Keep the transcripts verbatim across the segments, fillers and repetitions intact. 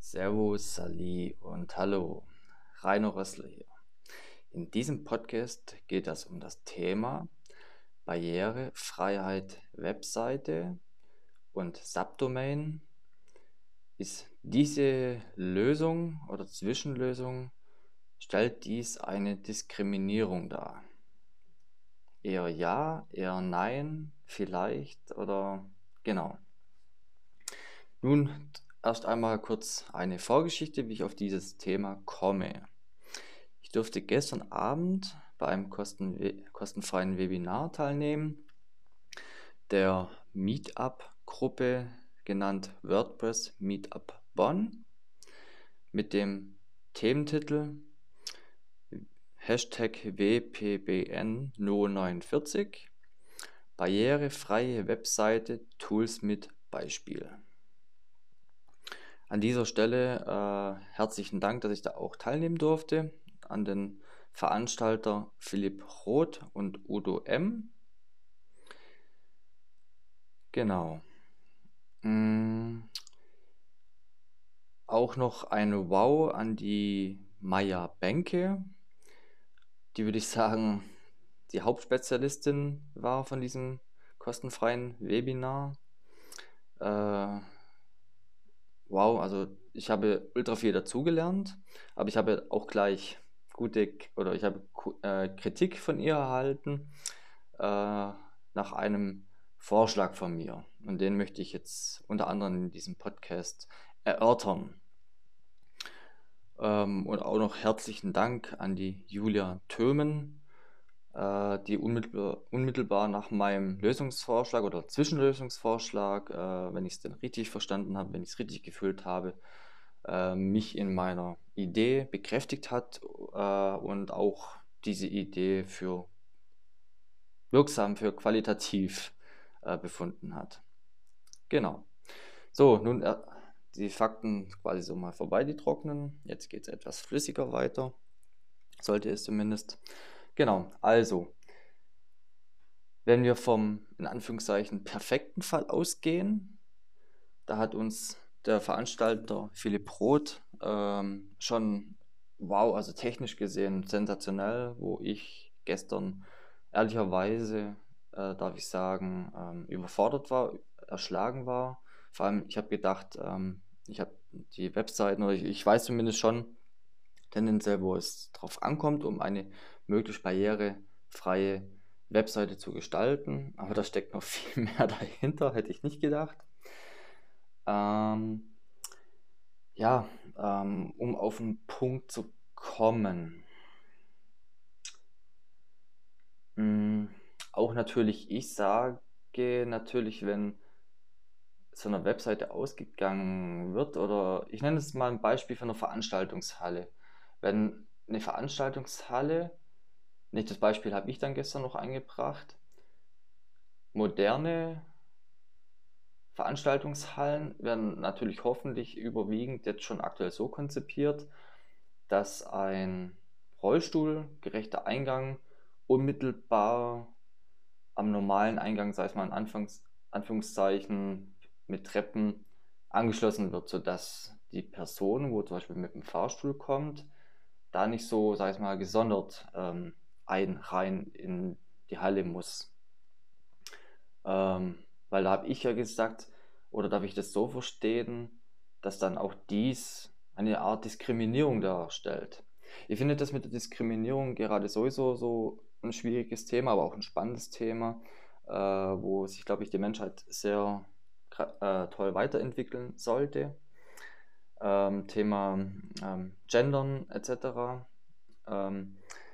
Servus, Sali und Hallo, Rainer Rössler hier. In diesem Podcast geht es um das Thema Barrierefreiheit Webseite und Subdomain. Ist diese Lösung oder Zwischenlösung, stellt dies eine Diskriminierung dar? Eher ja, eher nein, vielleicht oder genau. Nun erst einmal kurz eine Vorgeschichte, wie ich auf dieses Thema komme. Ich durfte gestern Abend bei einem kosten kostenfreien Webinar teilnehmen, der Meetup-Gruppe genannt WordPress Meetup Bonn mit dem Thementitel Hashtag W P B N N O neunundvierzig Barrierefreie Webseite Tools mit Beispiel. An dieser Stelle äh, herzlichen Dank, dass ich da auch teilnehmen durfte, an den Veranstalter Philipp Roth und Udo M. Genau. Mm, auch noch ein Wow an die Maya Benke, die würde ich sagen, die Hauptspezialistin war von diesem kostenfreien Webinar. Äh, wow, also ich habe ultra viel dazugelernt, aber ich habe auch gleich gute oder ich habe äh, Kritik von ihr erhalten äh, nach einem Vorschlag von mir. Und den möchte ich jetzt unter anderem in diesem Podcast erörtern. Ähm, und auch noch herzlichen Dank an die Julia Thömen, äh, die unmittelbar, unmittelbar nach meinem Lösungsvorschlag oder Zwischenlösungsvorschlag, äh, wenn ich es denn richtig verstanden habe, wenn ich es richtig gefühlt habe, äh, mich in meiner Idee bekräftigt hat äh, und auch diese Idee für wirksam, für qualitativ äh, befunden hat. Genau. So, nun äh, die Fakten quasi so mal vorbei, die trocknen. Jetzt geht es etwas flüssiger weiter. Sollte es zumindest. Genau, also, wenn wir vom, in Anführungszeichen, perfekten Fall ausgehen, da hat uns der Veranstalter Philipp Roth ähm, schon, wow, also technisch gesehen sensationell, wo ich gestern ehrlicherweise, äh, darf ich sagen, ähm, überfordert war, erschlagen war. Vor allem, ich habe gedacht, ähm, ich habe die Webseiten, oder ich, ich weiß zumindest schon tendenziell, wo es drauf ankommt, um eine möglichst barrierefreie Webseite zu gestalten. Aber da steckt noch viel mehr dahinter, hätte ich nicht gedacht. Ähm, ja, ähm, um auf den Punkt zu kommen. Mm, auch natürlich, ich sage natürlich, wenn so einer Webseite ausgegangen wird, oder ich nenne es mal ein Beispiel von einer Veranstaltungshalle. Wenn eine Veranstaltungshalle, nicht das Beispiel habe ich dann gestern noch eingebracht, moderne Veranstaltungshallen werden natürlich hoffentlich überwiegend jetzt schon aktuell so konzipiert, dass ein rollstuhlgerechter Eingang unmittelbar am normalen Eingang, sei es mal in Anfangs, Anführungszeichen mit Treppen, angeschlossen wird, sodass die Person, wo zum Beispiel mit dem Fahrstuhl kommt, da nicht so, sag ich mal, gesondert ähm, ein rein in die Halle muss. Ähm, weil da habe ich ja gesagt, oder darf ich das so verstehen, dass dann auch dies eine Art Diskriminierung darstellt. Ich finde das mit der Diskriminierung gerade sowieso so ein schwieriges Thema, aber auch ein spannendes Thema, äh, wo sich, glaube ich, die Menschheit sehr äh, toll weiterentwickeln sollte. Ähm, Thema ähm, Gendern et cetera. Ähm,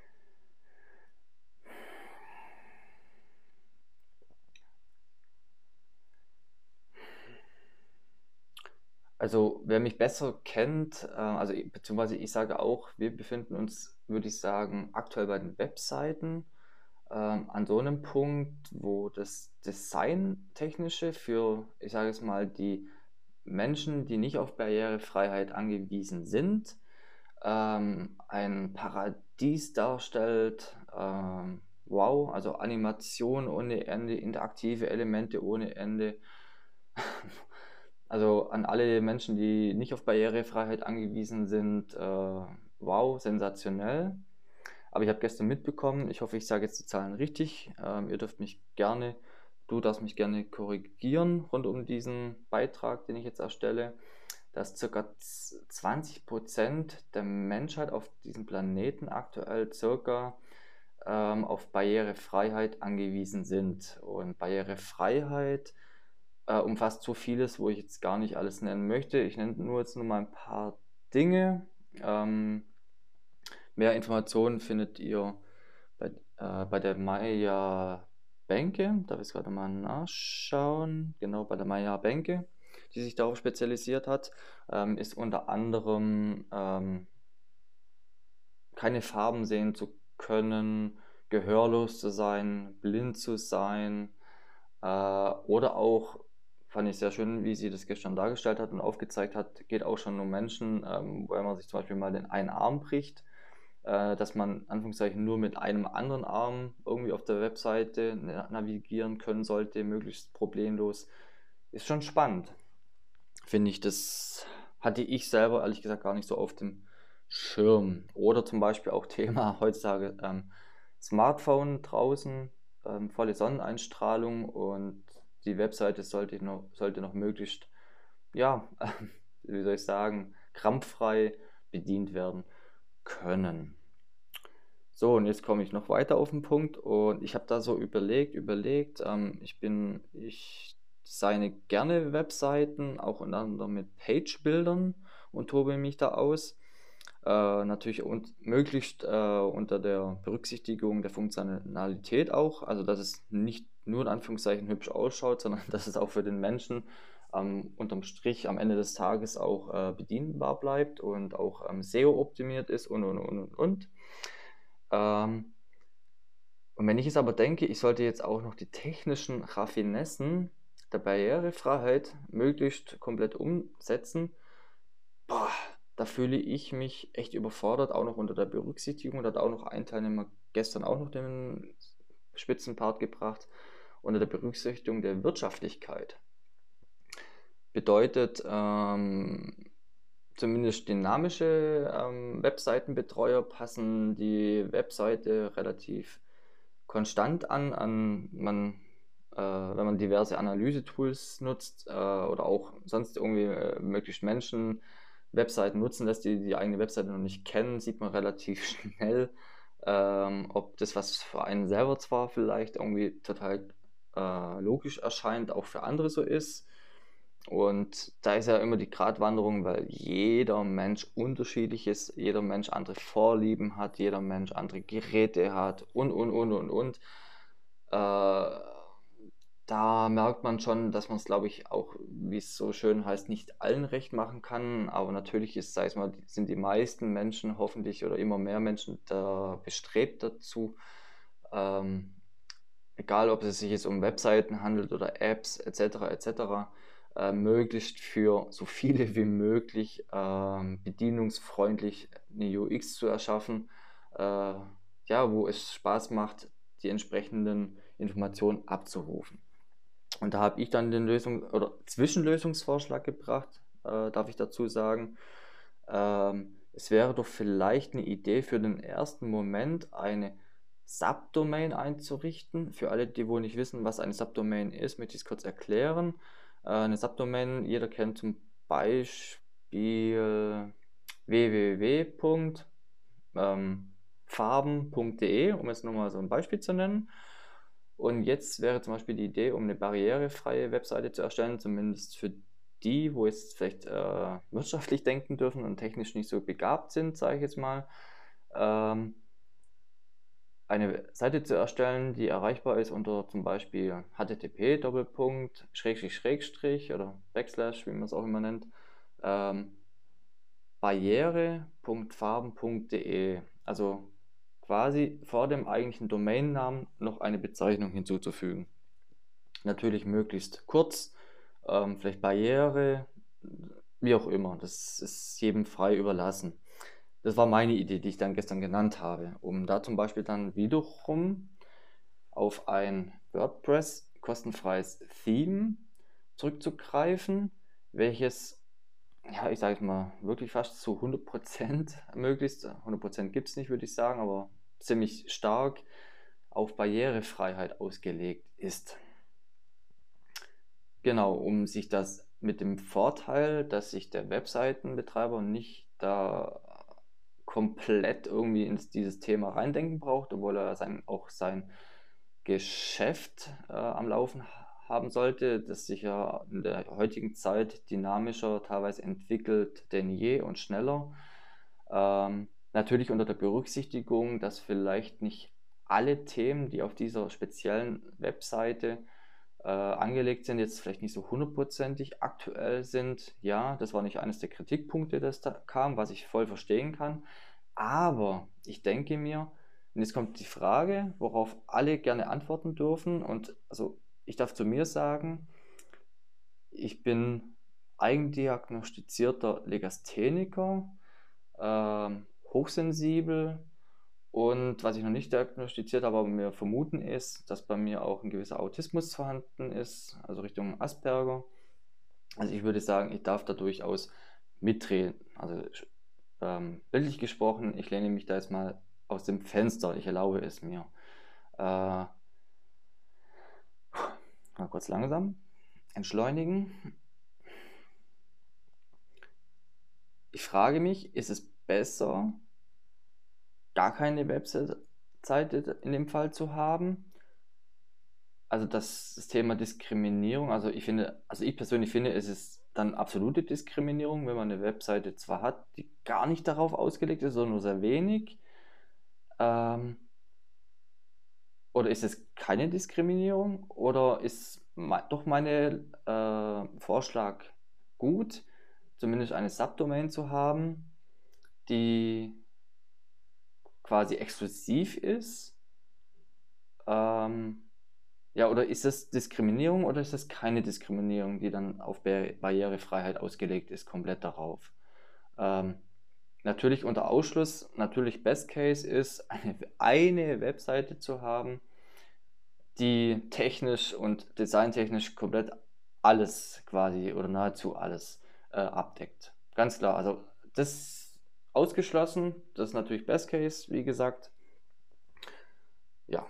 Also, wer mich besser kennt, äh, also i- beziehungsweise ich sage auch, wir befinden uns, würde ich sagen, aktuell bei den Webseiten ähm, an so einem Punkt, wo das Designtechnische für, ich sage es mal, die Menschen, die nicht auf Barrierefreiheit angewiesen sind, ähm, ein Paradies darstellt. Ähm, wow, also Animation ohne Ende, interaktive Elemente ohne Ende. Also an alle Menschen, die nicht auf Barrierefreiheit angewiesen sind, äh, wow, sensationell. Aber ich habe gestern mitbekommen, ich hoffe, ich sage jetzt die Zahlen richtig. Ähm, ihr dürft mich gerne, du darfst mich gerne korrigieren rund um diesen Beitrag, den ich jetzt erstelle, dass circa zwanzig Prozent der Menschheit auf diesem Planeten aktuell circa ähm, auf Barrierefreiheit angewiesen sind. Und Barrierefreiheit äh, umfasst so vieles, wo ich jetzt gar nicht alles nennen möchte. Ich nenne nur jetzt nur mal ein paar Dinge. Ähm, mehr Informationen findet ihr bei, äh, bei der Maya Benke. Darf ich gerade mal nachschauen? Genau, bei der Maya Benke, die sich darauf spezialisiert hat, ähm, ist unter anderem ähm, keine Farben sehen zu können, gehörlos zu sein, blind zu sein, äh, oder auch, fand ich sehr schön, wie sie das gestern dargestellt hat und aufgezeigt hat, geht auch schon um Menschen, ähm, wenn man sich zum Beispiel mal den einen Arm bricht, äh, dass man in Anführungszeichen nur mit einem anderen Arm irgendwie auf der Webseite na- navigieren können sollte, möglichst problemlos. Ist schon spannend, finde ich. Das hatte ich selber ehrlich gesagt gar nicht so auf dem Schirm. Oder zum Beispiel auch Thema heutzutage ähm, Smartphone draußen, ähm, volle Sonneneinstrahlung und die Webseite sollte noch, sollte noch möglichst, ja, wie soll ich sagen, krampffrei bedient werden können. So, und jetzt komme ich noch weiter auf den Punkt und ich habe da so überlegt, überlegt, ähm, ich bin, ich designe gerne Webseiten, auch unter anderem mit Page-Bildern und tobe mich da aus. Äh, natürlich und möglichst äh, unter der Berücksichtigung der Funktionalität auch, also dass es nicht nur in Anführungszeichen hübsch ausschaut, sondern dass es auch für den Menschen ähm, unterm Strich am Ende des Tages auch äh, bedienbar bleibt und auch ähm, S E O-optimiert ist und und und und und. Ähm, und wenn ich jetzt aber denke, ich sollte jetzt auch noch die technischen Raffinessen der Barrierefreiheit möglichst komplett umsetzen, boah, da fühle ich mich echt überfordert, auch noch unter der Berücksichtigung. Da hat auch noch ein Teilnehmer gestern auch noch den Spitzenpart gebracht, unter der Berücksichtigung der Wirtschaftlichkeit. Bedeutet, ähm, zumindest dynamische ähm, Webseitenbetreuer passen die Webseite relativ konstant an, an man, äh, wenn man diverse Analyse-Tools nutzt äh, oder auch sonst irgendwie äh, möglichst Menschen Webseiten nutzen lässt, die die eigene Webseite noch nicht kennen, sieht man relativ schnell, ähm, ob das, was für einen selber zwar vielleicht irgendwie total äh, logisch erscheint, auch für andere so ist. Und da ist ja immer die Gratwanderung, weil jeder Mensch unterschiedlich ist, jeder Mensch andere Vorlieben hat, jeder Mensch andere Geräte hat und, und, und, und, und. Äh, Da merkt man schon, dass man es, glaube ich, auch, wie es so schön heißt, nicht allen recht machen kann. Aber natürlich ist, sag ich mal, sind die meisten Menschen hoffentlich oder immer mehr Menschen da bestrebt dazu, ähm, egal ob es sich jetzt um Webseiten handelt oder Apps et cetera et cetera, äh, möglichst für so viele wie möglich ähm, bedienungsfreundlich eine U X zu erschaffen, äh, ja, wo es Spaß macht, die entsprechenden Informationen abzurufen. Und da habe ich dann den Lösung oder Zwischenlösungsvorschlag gebracht, äh, darf ich dazu sagen. Ähm, es wäre doch vielleicht eine Idee für den ersten Moment, eine Subdomain einzurichten. Für alle, die wohl nicht wissen, was eine Subdomain ist, möchte ich es kurz erklären. Äh, eine Subdomain, jeder kennt zum Beispiel www.farben.de, um jetzt nochmal so ein Beispiel zu nennen. Und jetzt wäre zum Beispiel die Idee, um eine barrierefreie Webseite zu erstellen, zumindest für die, wo jetzt vielleicht äh, wirtschaftlich denken dürfen und technisch nicht so begabt sind, sage ich jetzt mal, ähm, eine Seite zu erstellen, die erreichbar ist unter zum Beispiel H T T P Doppelpunkt Schrägstrich Schrägstrich oder Backslash, wie man es auch immer nennt, ähm, barriere.farben.de, also quasi vor dem eigentlichen Domainnamen noch eine Bezeichnung hinzuzufügen. Natürlich möglichst kurz, ähm, vielleicht Barriere, wie auch immer. Das ist jedem frei überlassen. Das war meine Idee, die ich dann gestern genannt habe, um da zum Beispiel dann wiederum auf ein WordPress kostenfreies Theme zurückzugreifen, welches, ja, ich sage es mal, wirklich fast zu hundert Prozent möglichst, hundert Prozent gibt es nicht, würde ich sagen, aber ziemlich stark auf Barrierefreiheit ausgelegt ist. Genau, um sich das mit dem Vorteil, dass sich der Webseitenbetreiber nicht da komplett irgendwie ins dieses Thema reindenken braucht, obwohl er sein, auch sein Geschäft äh, am Laufen ha- haben sollte, das sich ja in der heutigen Zeit dynamischer teilweise entwickelt denn je und schneller. Ähm, natürlich unter der Berücksichtigung, dass vielleicht nicht alle Themen, die auf dieser speziellen Webseite äh, angelegt sind, jetzt vielleicht nicht so hundertprozentig aktuell sind. Ja, das war nicht eines der Kritikpunkte, das da kam, was ich voll verstehen kann. Aber ich denke mir, und jetzt kommt die Frage, worauf alle gerne antworten dürfen. Und also ich darf zu mir sagen, ich bin eigendiagnostizierter Legastheniker, ähm, hochsensibel, und was ich noch nicht diagnostiziert habe, aber mir vermuten ist, dass bei mir auch ein gewisser Autismus vorhanden ist, also Richtung Asperger. Also ich würde sagen, ich darf da durchaus mitreden. Also ähm, bildlich gesprochen, ich lehne mich da jetzt mal aus dem Fenster, ich erlaube es mir. Äh, mal kurz langsam, entschleunigen. Ich frage mich, ist es besser, gar keine Webseite in dem Fall zu haben? Also das, das Thema Diskriminierung, also ich finde, also ich persönlich finde, es ist dann absolute Diskriminierung, wenn man eine Webseite zwar hat, die gar nicht darauf ausgelegt ist, sondern nur sehr wenig. Ähm, oder ist es keine Diskriminierung? Oder ist me- doch meine äh, Vorschlag gut, zumindest eine Subdomain zu haben, die quasi exklusiv ist? Ähm, Ja, oder ist das Diskriminierung oder ist das keine Diskriminierung, die dann auf Bar- Barrierefreiheit ausgelegt ist, komplett darauf? Ähm, Natürlich unter Ausschluss, natürlich Best Case ist, eine, eine Webseite zu haben, die technisch und designtechnisch komplett alles quasi oder nahezu alles äh, abdeckt. Ganz klar, also das ausgeschlossen, das ist natürlich Best Case, wie gesagt. Ja,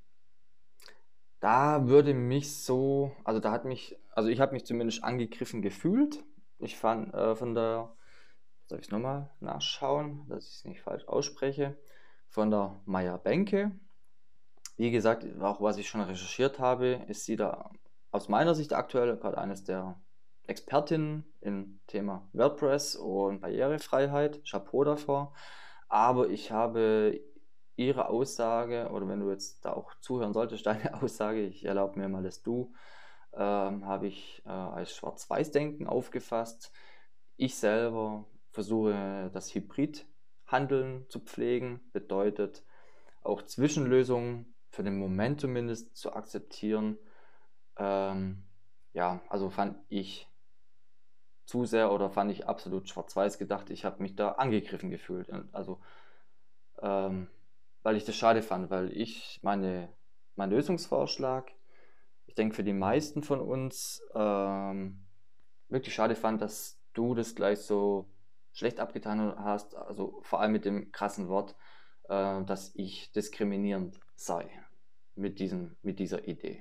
da würde mich so, also da hat mich, also ich habe mich zumindest angegriffen gefühlt. Ich fand äh, von der, soll ich es nochmal nachschauen, dass ich es nicht falsch ausspreche, von der Maya Benke. Wie gesagt, auch was ich schon recherchiert habe, ist sie da aus meiner Sicht aktuell gerade eines der Expertinnen im Thema WordPress und Barrierefreiheit. Chapeau davor. Aber ich habe ihre Aussage, oder wenn du jetzt da auch zuhören solltest, deine Aussage, ich erlaube mir mal das Du, ähm, habe ich äh, als Schwarz-Weiß-Denken aufgefasst. Ich selber versuche das Hybrid-Handeln zu pflegen, bedeutet auch Zwischenlösungen für den Moment zumindest zu akzeptieren. Ähm, ja, also fand ich zu sehr oder fand ich absolut schwarz-weiß gedacht. Ich habe mich da angegriffen gefühlt. Und Also, ähm, weil ich das schade fand, weil ich meine, mein Lösungsvorschlag, ich denke für die meisten von uns, ähm, wirklich schade fand, dass du das gleich so schlecht abgetan hast. Also vor allem mit dem krassen Wort, äh, dass ich diskriminierend sei mit diesem, mit dieser Idee.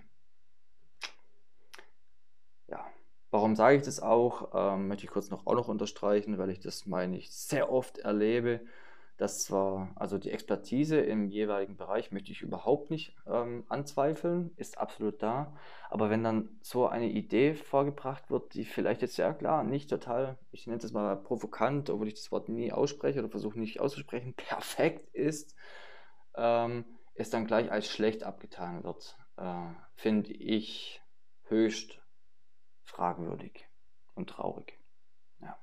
Ja, warum sage ich das auch? Ähm, möchte ich kurz noch auch noch unterstreichen, weil ich das meine ich sehr oft erlebe. Das zwar, also die Expertise im jeweiligen Bereich möchte ich überhaupt nicht ähm, anzweifeln, ist absolut da. Aber wenn dann so eine Idee vorgebracht wird, die vielleicht jetzt ja klar nicht total, ich nenne es mal provokant, obwohl ich das Wort nie ausspreche oder versuche nicht auszusprechen, perfekt ist, ähm, es dann gleich als schlecht abgetan wird, äh, finde ich höchst fragwürdig und traurig. Ja.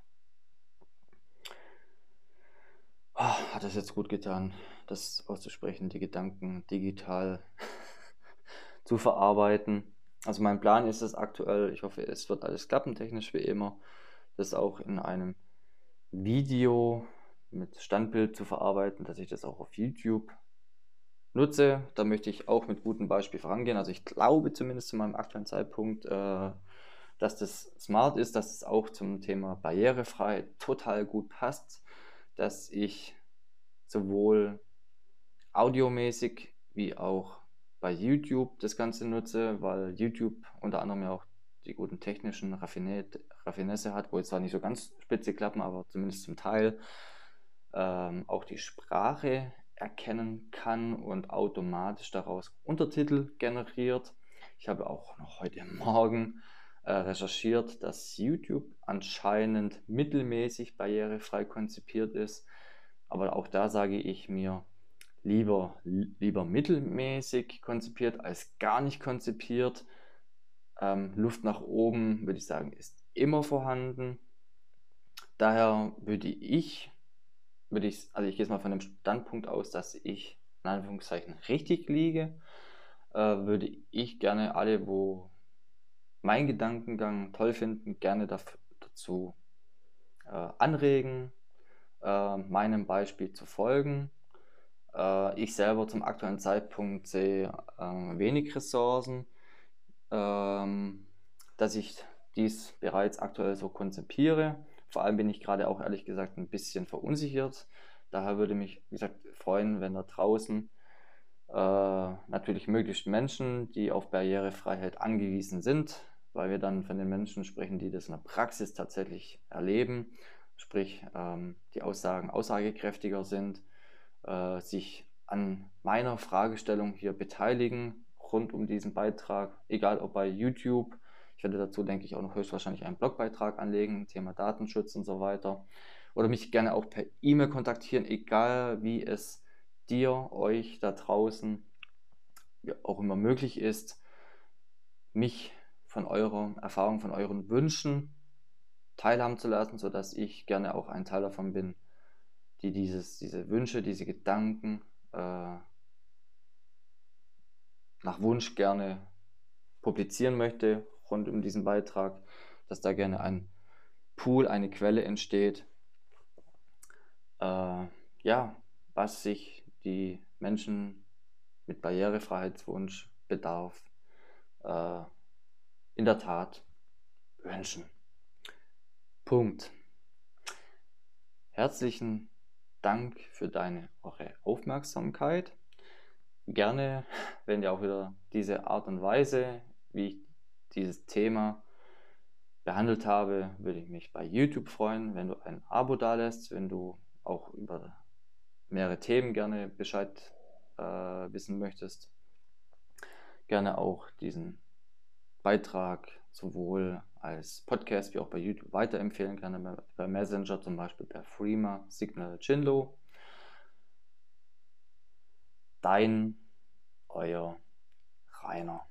Ah, hat es jetzt gut getan, das auszusprechen, die Gedanken digital zu verarbeiten. Also mein Plan ist es aktuell, ich hoffe, es wird alles klappen, technisch wie immer, das auch in einem Video mit Standbild zu verarbeiten, dass ich das auch auf YouTube nutze. Da möchte ich auch mit gutem Beispiel vorangehen. Also ich glaube zumindest zu meinem aktuellen Zeitpunkt, äh, dass das smart ist, dass es auch zum Thema Barrierefreiheit total gut passt, dass ich sowohl audiomäßig wie auch bei YouTube das Ganze nutze, weil YouTube unter anderem ja auch die guten technischen Raffinesse hat, wo jetzt zwar nicht so ganz spitze klappen, aber zumindest zum Teil ähm, auch die Sprache erkennen kann und automatisch daraus Untertitel generiert. Ich habe auch noch heute Morgen äh, recherchiert, dass YouTube anscheinend mittelmäßig barrierefrei konzipiert ist, aber auch da sage ich mir, lieber, lieber mittelmäßig konzipiert als gar nicht konzipiert. Ähm, Luft nach oben, würde ich sagen, ist immer vorhanden. Daher würde ich, würde ich, also ich gehe jetzt mal von dem Standpunkt aus, dass ich in Anführungszeichen richtig liege, äh, würde ich gerne alle, wo meinen Gedankengang toll finden, gerne dafür, dazu äh, anregen, äh, meinem Beispiel zu folgen. Äh, ich selber zum aktuellen Zeitpunkt sehe äh, wenig Ressourcen, ähm, dass ich dies bereits aktuell so konzipiere. Vor allem bin ich gerade auch ehrlich gesagt ein bisschen verunsichert. Daher würde mich, wie gesagt, freuen, wenn da draußen äh, natürlich möglichst Menschen, die auf Barrierefreiheit angewiesen sind, weil wir dann von den Menschen sprechen, die das in der Praxis tatsächlich erleben, sprich ähm, die Aussagen aussagekräftiger sind, äh, sich an meiner Fragestellung hier beteiligen rund um diesen Beitrag, egal ob bei YouTube. Ich werde dazu, denke ich, auch noch höchstwahrscheinlich einen Blogbeitrag anlegen, Thema Datenschutz und so weiter. Oder mich gerne auch per E-Mail kontaktieren, egal wie es dir, euch da draußen ja, auch immer möglich ist, mich von eurer Erfahrung, von euren Wünschen teilhaben zu lassen, sodass ich gerne auch ein Teil davon bin, die dieses, diese Wünsche, diese Gedanken äh, nach Wunsch gerne publizieren möchte rund um diesen Beitrag, dass da gerne ein Pool, eine Quelle entsteht, äh, ja, was sich die Menschen mit Barrierefreiheitswunsch, Bedarf äh, in der Tat wünschen. Punkt. Herzlichen Dank für deine eure Aufmerksamkeit. Gerne, wenn dir auch wieder diese Art und Weise, wie ich dieses Thema behandelt habe, würde ich mich bei YouTube freuen, wenn du ein Abo dalässt, wenn du auch über mehrere Themen gerne Bescheid äh, wissen möchtest. Gerne auch diesen Beitrag sowohl als Podcast wie auch bei YouTube weiterempfehlen, gerne bei Messenger, zum Beispiel per Threema, Signal, Jinlo. Dein, euer Rainer.